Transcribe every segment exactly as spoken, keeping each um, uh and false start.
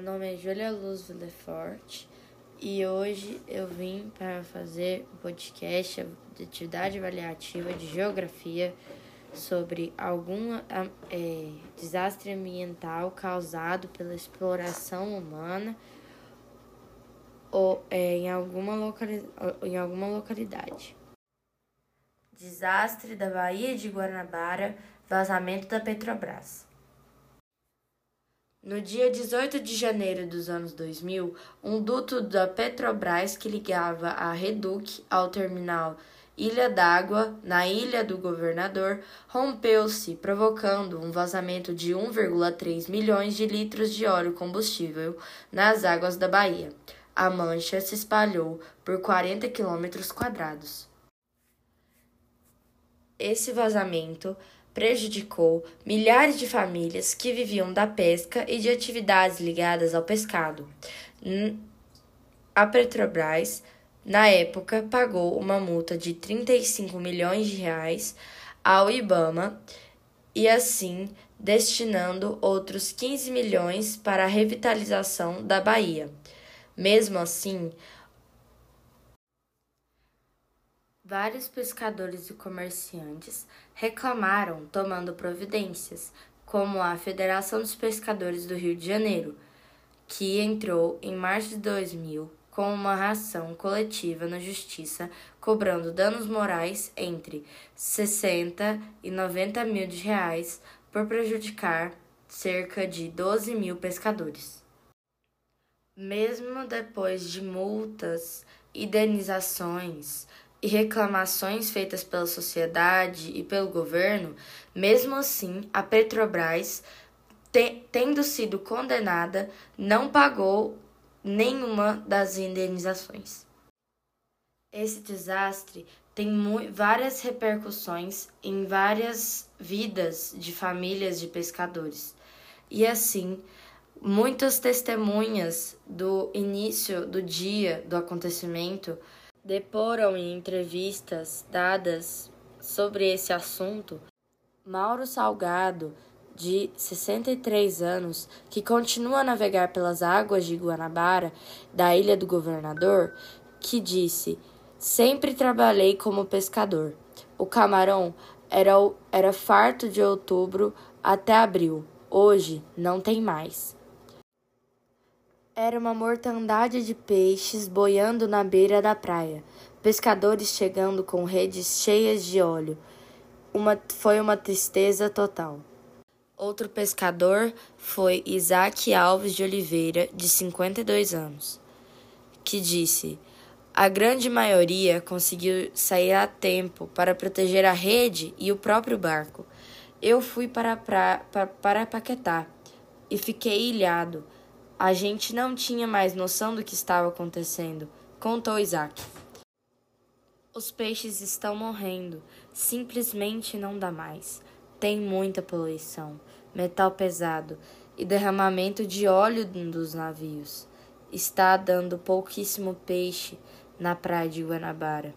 nome é Júlia Luz Villefort e hoje eu vim para fazer um podcast de atividade avaliativa de geografia sobre algum é, desastre ambiental causado pela exploração humana ou é, em, alguma locali- em alguma localidade. Desastre da Baía de Guanabara, vazamento da Petrobras. No dia dezoito de janeiro dos anos dois mil, um duto da Petrobras que ligava a Reduc ao terminal Ilha d'Água, na Ilha do Governador, rompeu-se, provocando um vazamento de um vírgula três milhões de litros de óleo combustível nas águas da Baía. A mancha se espalhou por quarenta quilômetros quadrados. Esse vazamento prejudicou milhares de famílias que viviam da pesca e de atividades ligadas ao pescado. A Petrobras, na época, pagou uma multa de trinta e cinco milhões de reais ao IBAMA e, assim, destinando outros quinze milhões para a revitalização da Baía. Mesmo assim, vários pescadores e comerciantes reclamaram, tomando providências, como a Federação dos Pescadores do Rio de Janeiro, que entrou em março de dois mil com uma ação coletiva na Justiça, cobrando danos morais entre sessenta e noventa mil de reais por prejudicar cerca de doze mil pescadores. Mesmo depois de multas, indenizações e reclamações feitas pela sociedade e pelo governo, mesmo assim, a Petrobras, te, tendo sido condenada, não pagou nenhuma das indenizações. Esse desastre tem mu- várias repercussões em várias vidas de famílias de pescadores. E assim, muitas testemunhas do início do dia do acontecimento deporam em entrevistas dadas sobre esse assunto. Mauro Salgado, de sessenta e três anos, que continua a navegar pelas águas de Guanabara, da Ilha do Governador, que disse: "Sempre trabalhei como pescador. O camarão era, era farto de outubro até abril. Hoje não tem mais." Era uma mortandade de peixes boiando na beira da praia, pescadores chegando com redes cheias de óleo. Uma, foi uma tristeza total. Outro pescador foi Isaac Alves de Oliveira, de cinquenta e dois anos, que disse: "A grande maioria conseguiu sair a tempo para proteger a rede e o próprio barco. Eu fui para, pra, para, para Paquetá e fiquei ilhado. A gente não tinha mais noção do que estava acontecendo", contou Isaac. "Os peixes estão morrendo. Simplesmente não dá mais. Tem muita poluição, metal pesado e derramamento de óleo dos navios. Está dando pouquíssimo peixe na praia de Guanabara."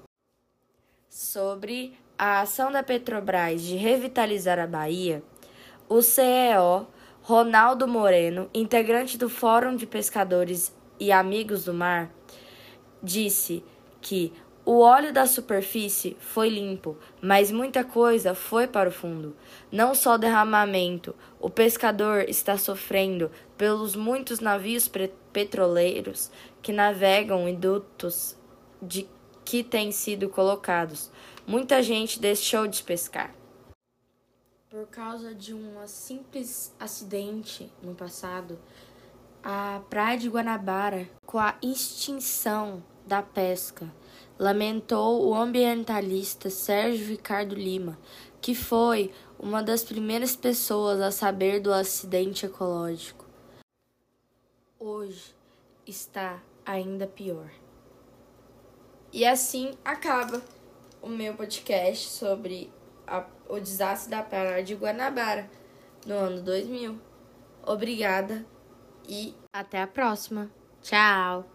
Sobre a ação da Petrobras de revitalizar a Baía, o C E O Ronaldo Moreno, integrante do Fórum de Pescadores e Amigos do Mar, disse que o óleo da superfície foi limpo, mas muita coisa foi para o fundo. Não só derramamento, o pescador está sofrendo pelos muitos navios petroleiros que navegam em dutos de que têm sido colocados. Muita gente deixou de pescar por causa de um simples acidente no passado. A praia de Guanabara, com a extinção da pesca, lamentou o ambientalista Sérgio Ricardo Lima, que foi uma das primeiras pessoas a saber do acidente ecológico. Hoje está ainda pior. E assim acaba o meu podcast sobre a, o desastre da praia de Guanabara no ano dois mil. Obrigada e até a próxima. Tchau!